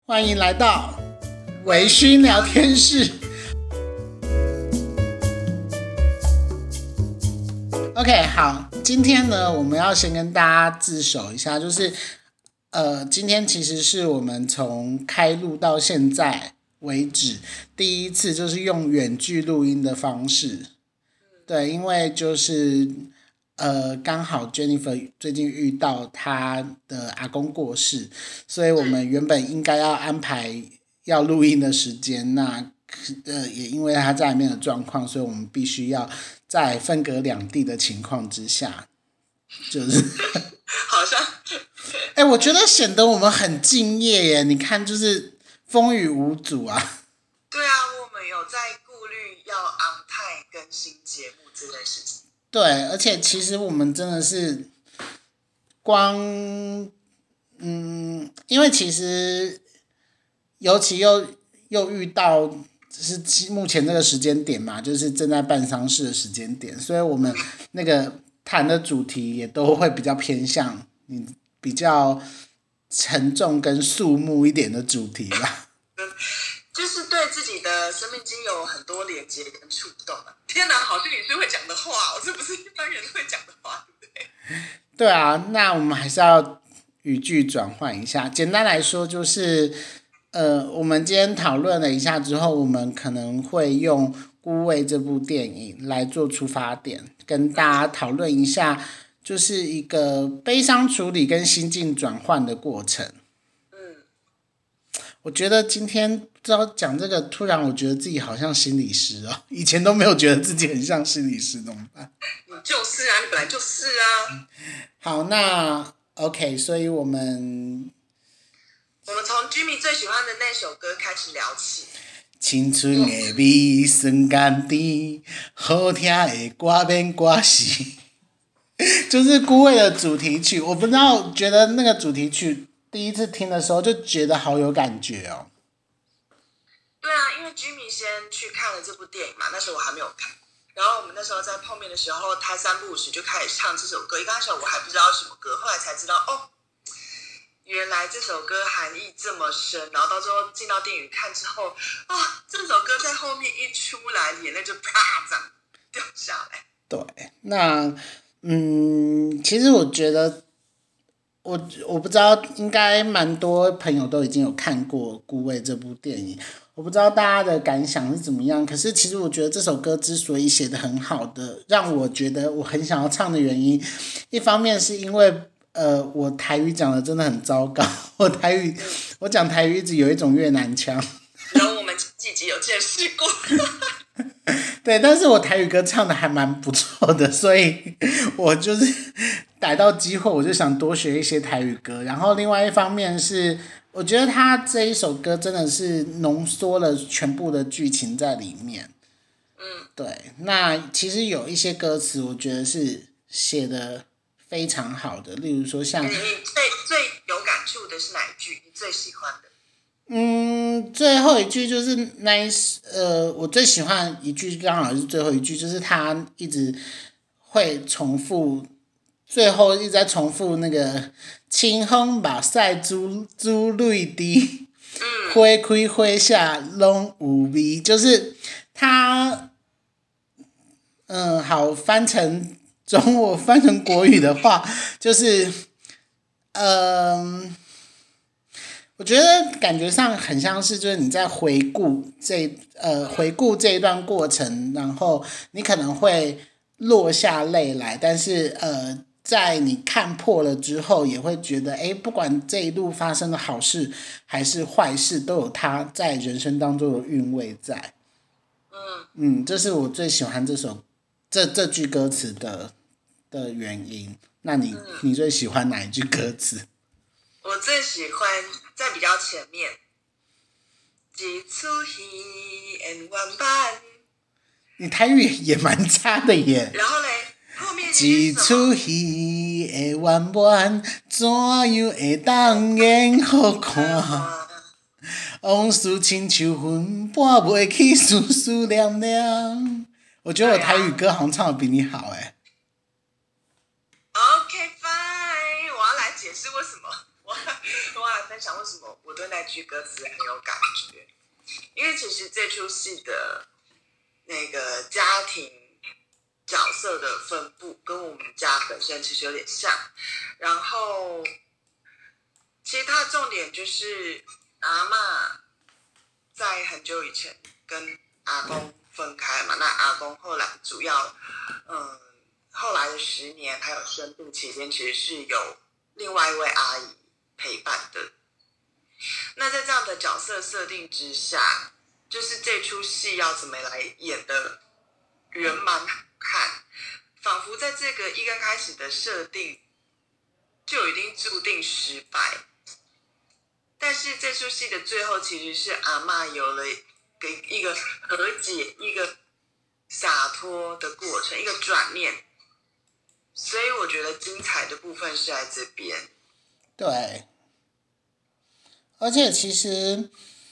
欢迎来到微醺聊天室。OK， 好，今天呢，我们要先跟大家自首一下，就是今天其实是我们从开录到现在为止第一次就是用远距录音的方式。对，因为就是刚好 Jennifer 最近遇到她的阿公过世，所以我们原本应该要安排要录音的时间，那也因为他在里面的状况，所以我们必须要在分隔两地的情况之下，就是好像我觉得显得我们很敬业耶，你看就是风雨无阻啊。 对啊，我们有在顾虑要 on time 更新节目这件事情。 对，而且其实我们真的是因为其实尤其又遇到是目前这个时间点嘛，就是正在办丧事的时间点，所以我们那个谈的主题也都会比较偏向比较沉重跟肃穆一点的主题啦。 就是对自己的生命经有很多连接跟触动啊！天哪，好像也是会讲的话，这不是一般人会讲的话，对不对？ 对啊，那我们还是要语句转换一下。简单来说就是，我们今天讨论了一下之后，我们可能会用《孤味》这部电影来做出发点，跟大家讨论一下，就是一个悲伤处理跟心境转换的过程。我觉得今天不知道讲这个，突然我觉得自己好像心理师哦，以前都没有觉得自己很像心理师，怎么办？ 你就是啊，你本来就是啊。 好，那 OK， 所以我们从 Jimmy 最喜欢的那首歌开始聊起。 青春的味酸甘甜，好听的歌免歌词，就是孤味的主题曲。我不知道，觉得那个主题曲第一次听的时候就觉得好有感觉哦。 对啊，因为 Jimmy 先去看了这部电影嘛，那时候我还没有看。然后我们那时候在碰面的时候，他三不五时就开始唱这首歌。一开始我还不知道什么歌，后来才知道哦，原来这首歌含义这么深。然后到最后进到电影看之后，啊，这首歌在后面一出来，眼泪就啪这样掉下来。 对，那其实我觉得我不知道，应该蛮多朋友都已经有看过《孤味》这部电影，我不知道大家的感想是怎么样。可是其实我觉得这首歌之所以写得很好的，让我觉得我很想要唱的原因，一方面是因为我台语讲的真的很糟糕，我讲台语一直有一种越南腔。 然后我们几集有见识过。 对，但是我台语歌唱的还蛮不错的，所以我就是逮到机会我就想多学一些台语歌。然后另外一方面是我觉得他这一首歌真的是浓缩了全部的剧情在里面。对，那其实有一些歌词我觉得是写的非常好的，例如说像你最有感触的是哪一句？你最喜欢的？ 最后一句就是我最喜欢一句刚好是最后一句，就是他一直会重复，最后一直在重复那个清风目屎珠泪滴，花开花谢拢有味，就是他好翻成我翻成国语的话就是我觉得感觉上很像是，就是你在回顾这一段过程，然后你可能会落下泪来，但是在你看破了之后，也会觉得，不管这一路发生的好事还是坏事，都有它在人生当中的韵味在。这是我最喜欢这句歌词的原因。那你最喜欢哪一句歌词？ 我最喜欢在比较前面，一出戏演完班。 你台语也蛮差的耶。 然后嘞，后面一出戏的完完，怎样会当演好看？往事亲像云，搬袂去，思思念念。我觉得我台语歌好像唱的比你好哎。 OK fine， 我要来解释为什么，我要来分享为什么我对那句歌词很有感觉，因为其实这出戏的那个家庭角色的分布跟我们家本身其实有点像，然后其实它的重点就是阿嬷在很久以前跟阿公分开嘛，那阿公后来主要后来的10年还有生病期间，其实是有另外一位阿姨陪伴的。那在这样的角色设定之下，就是这出戏要怎么来演的圆满好看，仿佛在这个一刚开始的设定就已经注定失败。但是这出戏的最后其实是阿嬷有了一个和解，一个洒脱的过程，一个转念，所以我觉得精彩的部分是在这边。 对，而且其实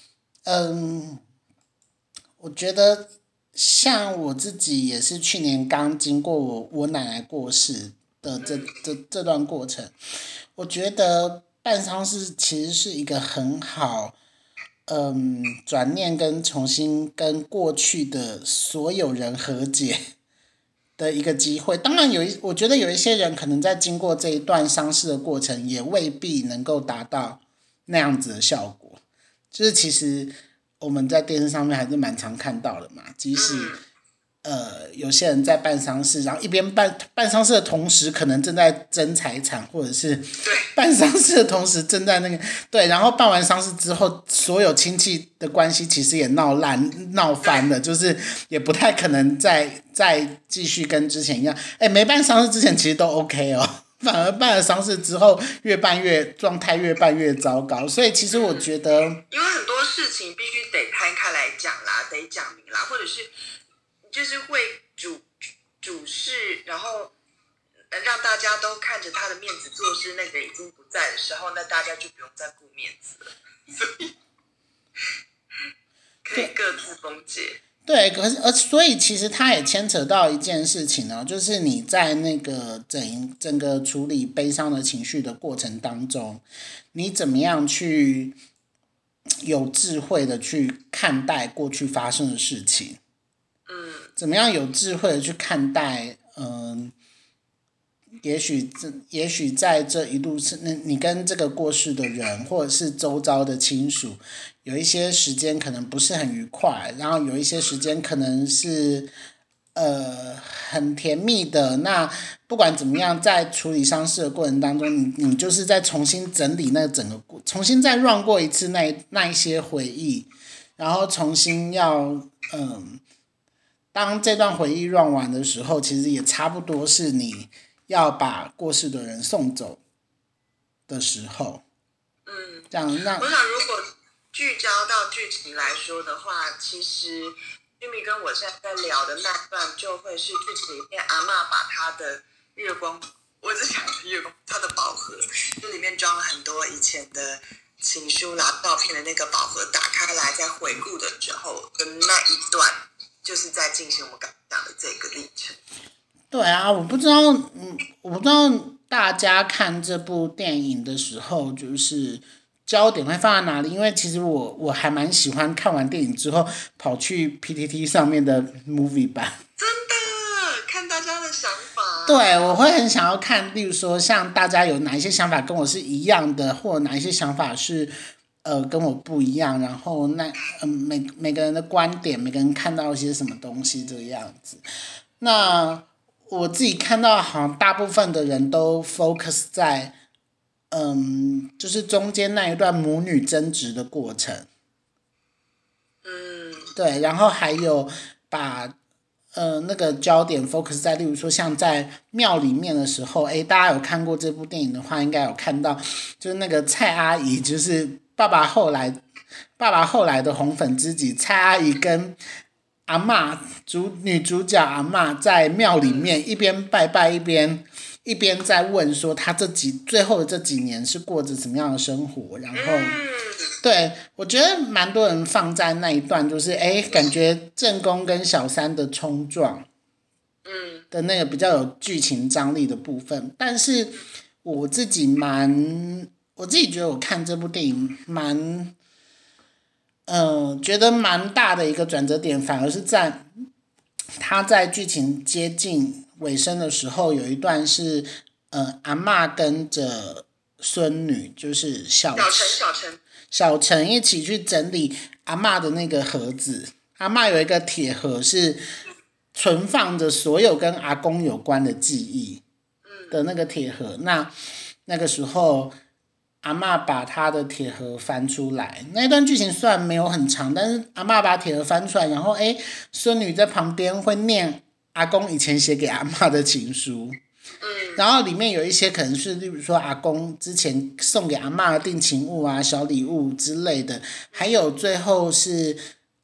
我觉得像我自己也是去年刚经过我奶奶过世的这段过程，我觉得办丧事其实是一个很好转念跟重新跟过去的所有人和解的一个机会。当然我觉得有一些人可能在经过这一段丧事的过程，也未必能够达到那样子的效果。就是其实我们在电视上面还是蛮常看到的嘛，即使有些人在办丧事，然后一边办丧事的同时，可能正在争财产，或者是办丧事的同时正在那个对，然后办完丧事之后，所有亲戚的关系其实也闹翻了，就是也不太可能再继续跟之前一样。没办丧事之前其实都 OK 哦，反而办了丧事之后，状态越办越糟糕。所以其实我觉得， 因为很多事情必须得摊开来讲啦，得讲明啦，或者是就是会主事，然后让大家都看着他的面子做事，那个已经不在的时候，那大家就不用再顾面子了，所以可以各自封解。 对，所以其实它也牵扯到一件事情呢，就是你在那个整个处理悲伤的情绪的过程当中，你怎么样去有智慧的去看待过去发生的事情，怎么样有智慧的去看待，也许在这一路你跟这个过世的人或者是周遭的亲属，有一些时间可能不是很愉快，然后有一些时间可能是很甜蜜的。那不管怎么样，在处理丧事的过程当中，你就是在重新整理那整个重新再 run 过一次那一些回忆，然后重新要当这段回忆 run 完的时候，其实也差不多是你要把过世的人送走的时候。这样那我想如果聚焦到剧情来说的话，其实Jimmy跟我现在在聊的那段就会是剧情里面阿嬷把她的月光，我只想月光，她的宝盒，就里面装了很多以前的情书啦、照片的那个宝盒，打开来在回顾的时候的那一段，就是在进行我们刚讲的这个历程。 对啊，我不知道大家看这部电影的时候，就是焦点会放在哪里？因为其实我还蛮喜欢看完电影之后跑去 PTT 上面的 movie 版。 真的，看大家的想法。 对，我会很想要看，例如说像大家有哪一些想法跟我是一样的，或者哪一些想法是跟我不一样，然后每个人的观点，每个人看到一些什么东西这个样子。那我自己看到好像大部分的人都 focus 在就是中间那一段母女争执的过程。对，然后还有把那个焦点 focus 在例如说像在庙里面的时候，大家有看过这部电影的话，应该有看到就是那个蔡阿姨，就是爸爸后来的红粉知己蔡阿姨跟阿嬷女主角阿嬷在庙里面一边拜拜一边在问说她最后的这几年是过着什么样的生活，然后对，我觉得蛮多人放在那一段，就是感觉正宫跟小三的冲撞的那个比较有剧情张力的部分。但是我自己蛮我自己觉得我看这部电影觉得蛮大的一个转折点，反而是在他在剧情接近尾声的时候，有一段是阿嬷跟着孙女，就是小陈一起去整理阿嬷的那个盒子。阿嬷有一个铁盒是存放着所有跟阿公有关的记忆的那个铁盒。那个时候阿嬷把她的铁盒翻出来，那一段剧情虽然没有很长，但是阿嬷把铁盒翻出来，然后孙女在旁边会念阿公以前写给阿嬷的情书。然后里面有一些可能是例如说阿公之前送给阿嬷的定情物啊、小礼物之类的，还有最后是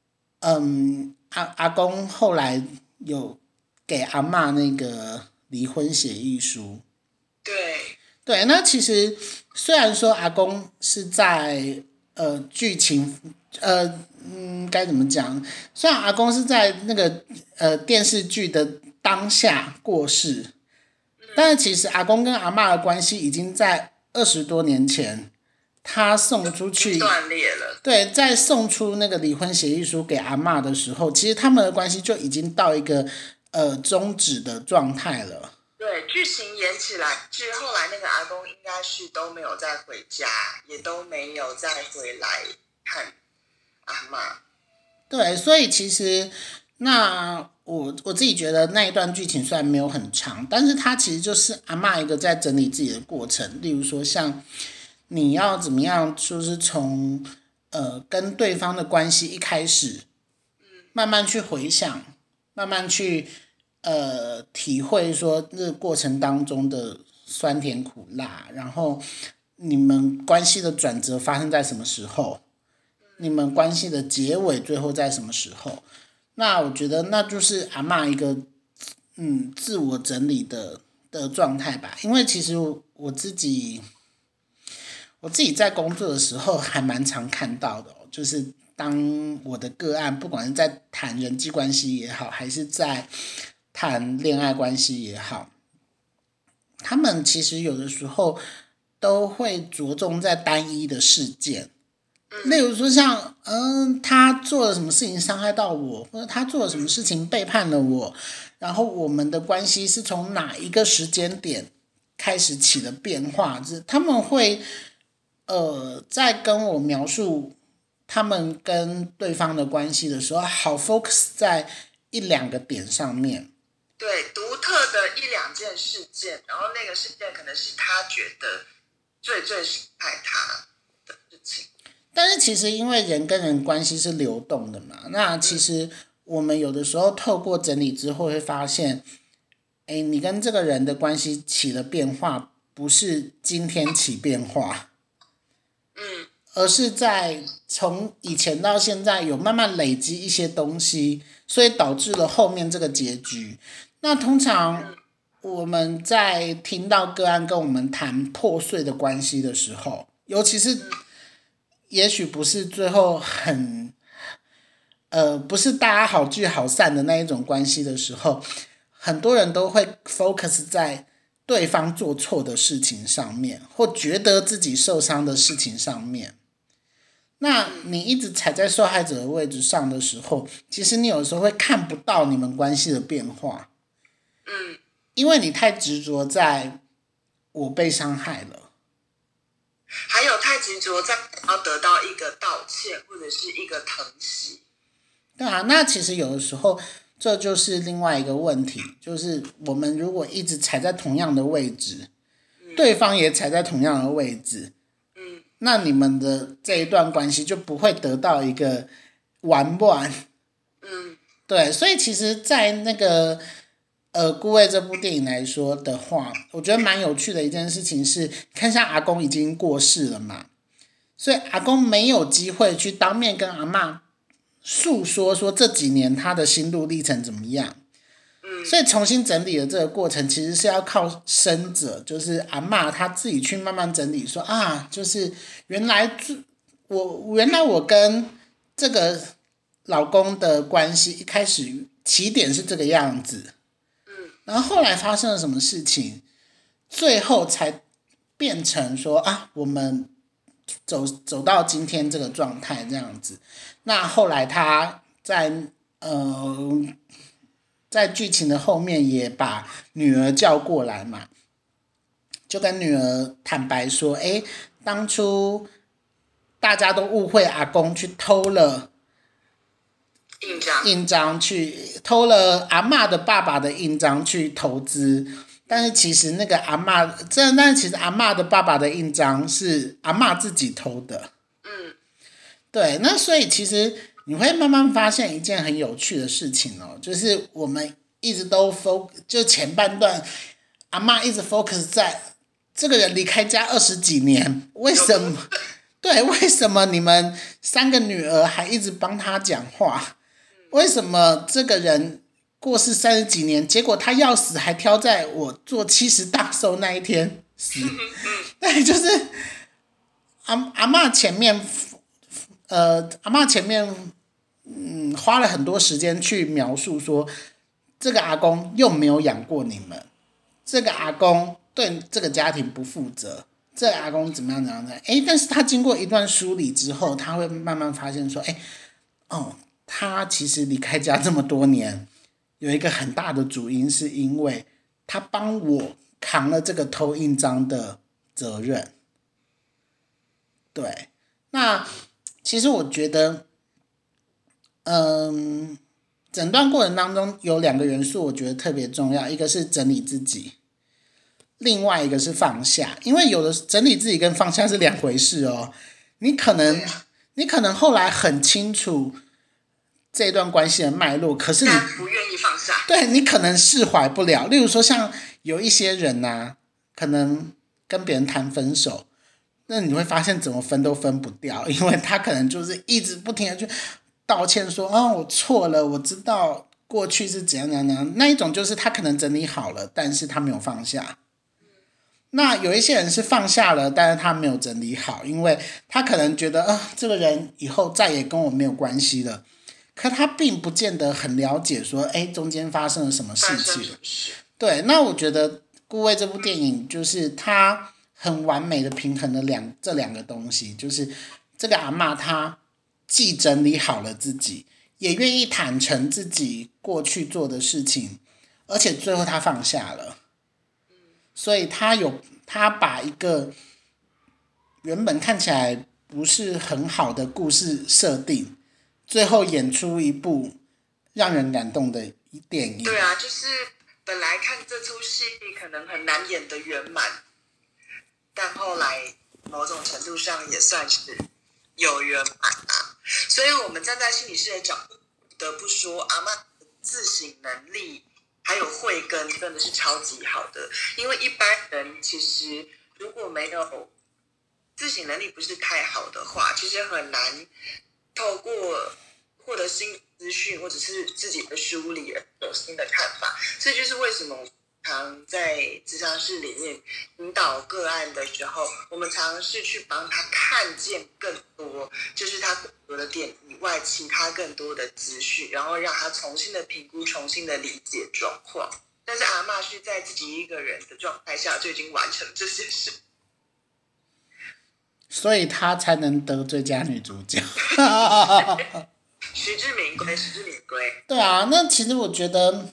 阿公后来有给阿嬷那个离婚协议书。对，那其实虽然说阿公是在剧情该怎么讲？虽然阿公是在那个电视剧的当下过世，但是其实阿公跟阿嬷的关系已经在20多年前，他送出去断裂了。 对，在送出那个离婚协议书给阿嬷的时候，其实他们的关系就已经到一个终止的状态了。 对，剧情演起来，至后来那个阿公应该是都没有再回家，也都没有再回来看阿嬷。 对，所以其实那我自己觉得那一段剧情虽然没有很长，但是它其实就是阿嬷一个在整理自己的过程。例如说，像你要怎么样，就是从跟对方的关系一开始，慢慢去回想，慢慢去体会说这个过程当中的酸甜苦辣，然后你们关系的转折发生在什么时候，你们关系的结尾最后在什么时候。那我觉得那就是阿嬷一个自我整理的状态吧。因为其实我自己在工作的时候还蛮常看到的就是当我的个案不管是在谈人际关系也好，还是在谈恋爱关系也好，他们其实有的时候都会着重在单一的事件。例如说像他做了什么事情伤害到我，或者他做了什么事情背叛了我，然后我们的关系是从哪一个时间点开始起了变化，他们会在跟我描述他们跟对方的关系的时候，好 focus 在1-2个点上面。 对，独特的1-2件事件，然后那个事件可能是他觉得最伤害他的事情。 但是其实因为人跟人关系是流动的嘛，那其实我们有的时候透过整理之后会发现，你跟这个人的关系起了变化，不是今天起变化，而是在从以前到现在有慢慢累积一些东西，所以导致了后面这个结局。那通常我们在听到个案跟我们谈破碎的关系的时候，尤其是也许不是最后很不是大家好聚好散的那一种关系的时候，很多人都会 focus 在对方做错的事情上面，或觉得自己受伤的事情上面。那你一直踩在受害者的位置上的时候，其实你有时候会看不到你们关系的变化。因为你太执着在我被伤害了， 还有太执着在要得到一个道歉或者是一个疼惜。 对啊，那其实有的时候这就是另外一个问题，就是我们如果一直踩在同样的位置，对方也踩在同样的位置，那你们的这一段关系就不会得到一个完满。对，所以其实在那个顾魏这部电影来说的话，我觉得蛮有趣的一件事情是，看像阿公已经过世了嘛，所以阿公没有机会去当面跟阿嬷诉说这几年他的心路历程怎么样。所以重新整理的这个过程其实是要靠生者，就是阿嬷她自己去慢慢整理说就是原来我跟这个老公的关系一开始起点是这个样子，然后后来发生了什么事情，最后才变成说啊，我们走到今天这个状态这样子。那后来他在剧情的后面也把女儿叫过来嘛，就跟女儿坦白说，当初大家都误会阿公去偷了印章，去偷了阿嬷的爸爸的印章去投资，但是其实那个但是其实阿嬷的爸爸的印章是阿嬷自己偷的。对，那所以其实你会慢慢发现一件很有趣的事情哦，就是我们一直都就前半段阿嬷一直 focus 在这个人离开家20几年，为什么？对，为什么你们3个女儿还一直帮他讲话？为什么这个人过世30几年，结果他要死还挑在我做70大寿那一天死？对，就是阿嬷前面花了很多时间去描述说，这个阿公又没有养过你们，这个阿公对这个家庭不负责，这个阿公怎么样怎么样，但是他经过一段梳理之后，他会慢慢发现说，他其实离开家这么多年，有一个很大的主因是因为他帮我扛了这个偷印章的责任。对，那其实我觉得整段过程当中有2个元素我觉得特别重要，一个是整理自己，另外一个是放下。因为有的整理自己跟放下是2回事哦。你可能后来很清楚这段关系的脉络，可是你不愿意放下， 对，你可能释怀不了。例如说像有一些人啊，可能跟别人谈分手，那你会发现怎么分都分不掉，因为他可能就是一直不停的去道歉说，我错了，我知道过去是怎样怎样怎样，那一种就是他可能整理好了，但是他没有放下。那有一些人是放下了，但是他没有整理好，因为他可能觉得这个人以后再也跟我没有关系了，可他并不见得很了解说中间发生了什么事情。对，那我觉得《孤味》这部电影就是他很完美的平衡了这2个东西，就是这个阿嬷她既整理好了自己，也愿意坦诚自己过去做的事情，而且最后她放下了。所以他把一个原本看起来不是很好的故事设定，最后演出一部让人感动的电影。 对啊，就是本来看这出戏可能很难演得圆满，但后来某种程度上也算是有圆满啊。所以我们站在心理师的角度，不得不说阿嬷的自省能力还有慧根真的是超级好的。因为一般人其实如果没有自省能力不是太好的话，其实很难透过获得新的资讯或者是自己的梳理有新的看法。所以就是为什么常在咨商室里面引导个案的时候，我们尝试去帮他看见更多，就是他更多的点以外其他更多的资讯，然后让他重新的评估，重新的理解状况。但是阿嬷是在自己一个人的状态下就已经完成这些事， 所以她才能得最佳女主角。 实至名归，实至名归。 对啊，那其实我觉得，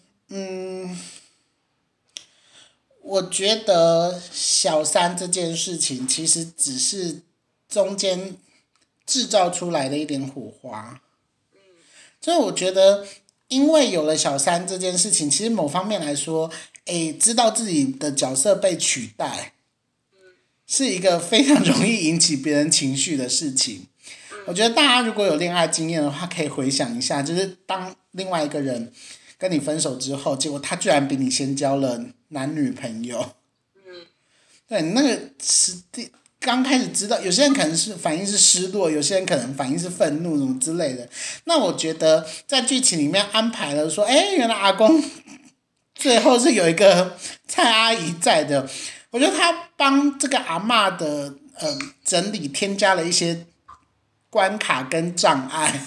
我觉得小三这件事情其实只是中间制造出来的一点火花。所以我觉得，因为有了小三这件事情，其实某方面来说，知道自己的角色被取代，是一个非常容易引起别人情绪的事情。我觉得大家如果有恋爱经验的话，可以回想一下，就是当另外一个人跟你分手之后，结果他居然比你先交了男女朋友。对，那个刚开始知道，有些人可能是反应是失落，有些人可能反应是愤怒什么之类的。那我觉得在剧情里面安排了说，原来阿公最后是有一个蔡阿姨在的。我觉得他帮这个阿嬷的整理添加了一些关卡跟障碍。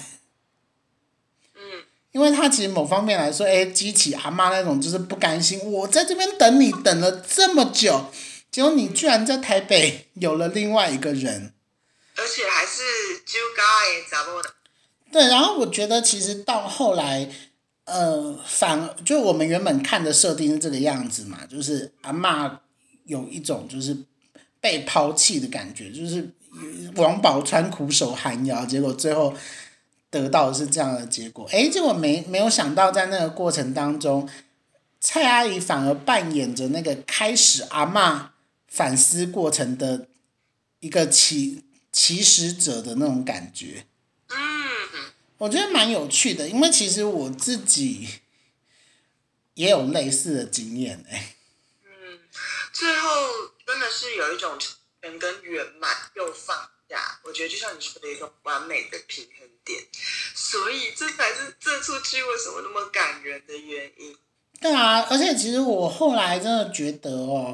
因为他其实某方面来说，激起阿嬷那种就是不甘心，我在这边等你等了这么久， 结果你居然在台北有了另外一个人， 而且还是酒家的查某人。 对，然后我觉得其实到后来，反而就我们原本看的设定是这个样子嘛，就是阿嬷有一种就是被抛弃的感觉，就是王宝钏苦守寒窑，结果最后得到的是这样的结果。结果没有想到在那个过程当中，蔡阿姨反而扮演着那个开始阿嬷反思过程的一个起始者的那种感觉。我觉得蛮有趣的，因为其实我自己也有类似的经验最后真的是有一种成全跟圆满又放下，我觉得就像你说的一种完美的平衡点，所以这才是这出剧为什么那么感人的原因。 对啊，而且其实我后来真的觉得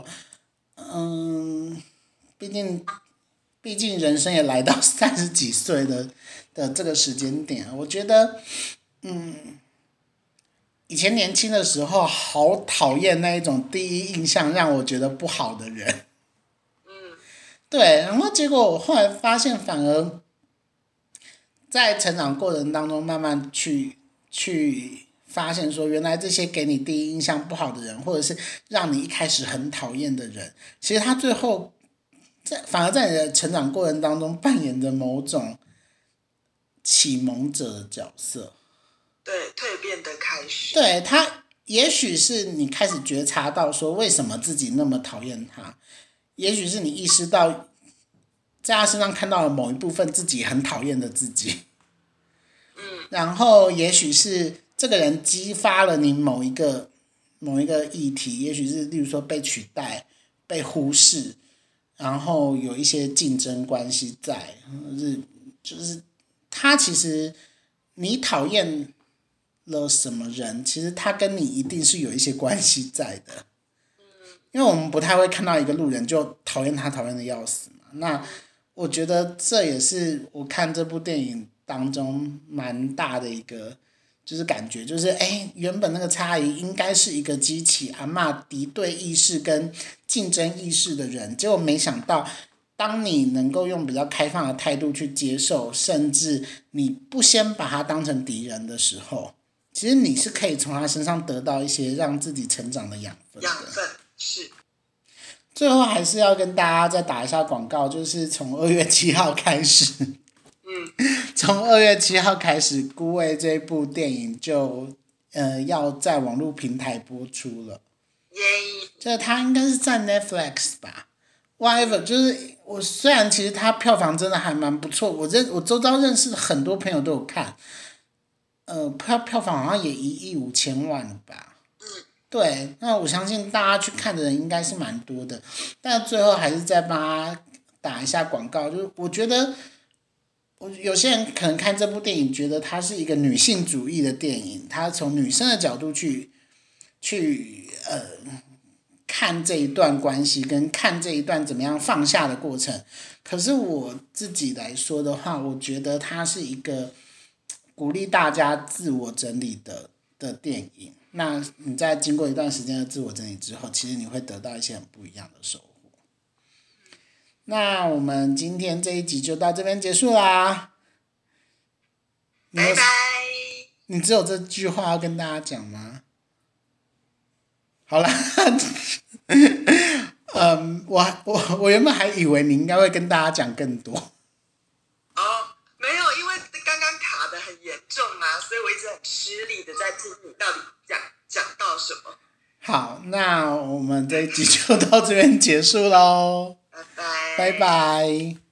毕竟人生也来到30几岁的这个时间点，我觉得以前年轻的时候好讨厌那一种第一印象让我觉得不好的人。对，然后结果我后来发现，反而在成长过程当中，慢慢去发现说，原来这些给你第一印象不好的人，或者是让你一开始很讨厌的人，其实他最后反而在你的成长过程当中扮演着某种启蒙者的角色。 对，蜕变的开始。 对，他也许是你开始觉察到说为什么自己那么讨厌他，也许是你意识到在他身上看到了某一部分自己很讨厌的自己。然后也许是这个人激发了你某一个议题，也许是例如说被取代、被忽视，然后有一些竞争关系在，就是他其实你讨厌了什么人，其实他跟你一定是有一些关系在的。因为我们不太会看到一个路人就讨厌他讨厌的要死嘛。那我觉得这也是我看这部电影当中蛮大的一个就是感觉，就是原本那个差异应该是一个激起阿嬷敌对意识跟竞争意识的人，结果没想到当你能够用比较开放的态度去接受，甚至你不先把他当成敌人的时候，其实你是可以从他身上得到一些让自己成长的养分的。 养分是。 最后还是要跟大家再打一下广告，就是从2月7号开始，从2月7号开始，《孤味》这部电影就要在网络平台播出了。就是它应该是在 Netflix 吧 ，whatever， 就是我虽然其实它票房真的还蛮不错，我周遭认识的很多朋友都有看，票房好像也1亿5千万了吧。对，那我相信大家去看的人应该是蛮多的，但最后还是再帮他打一下广告。就是我觉得，有些人可能看这部电影觉得它是一个女性主义的电影，它从女生的角度去看这一段关系，跟看这一段怎么样放下的过程。可是我自己来说的话，我觉得它是一个鼓励大家自我整理的电影。那你在经过一段时间的自我整理之后，其实你会得到一些很不一样的收获。那我们今天这一集就到这边结束啦。 拜拜。 你只有这句话要跟大家讲吗？好啦，我原本还以为你应该会跟大家讲更多。 没有，因为刚刚卡得很严重啊，所以我一直很吃力的在听你到底讲到什么。 好，那我们这一集就到这边结束咯。 拜拜。 拜拜。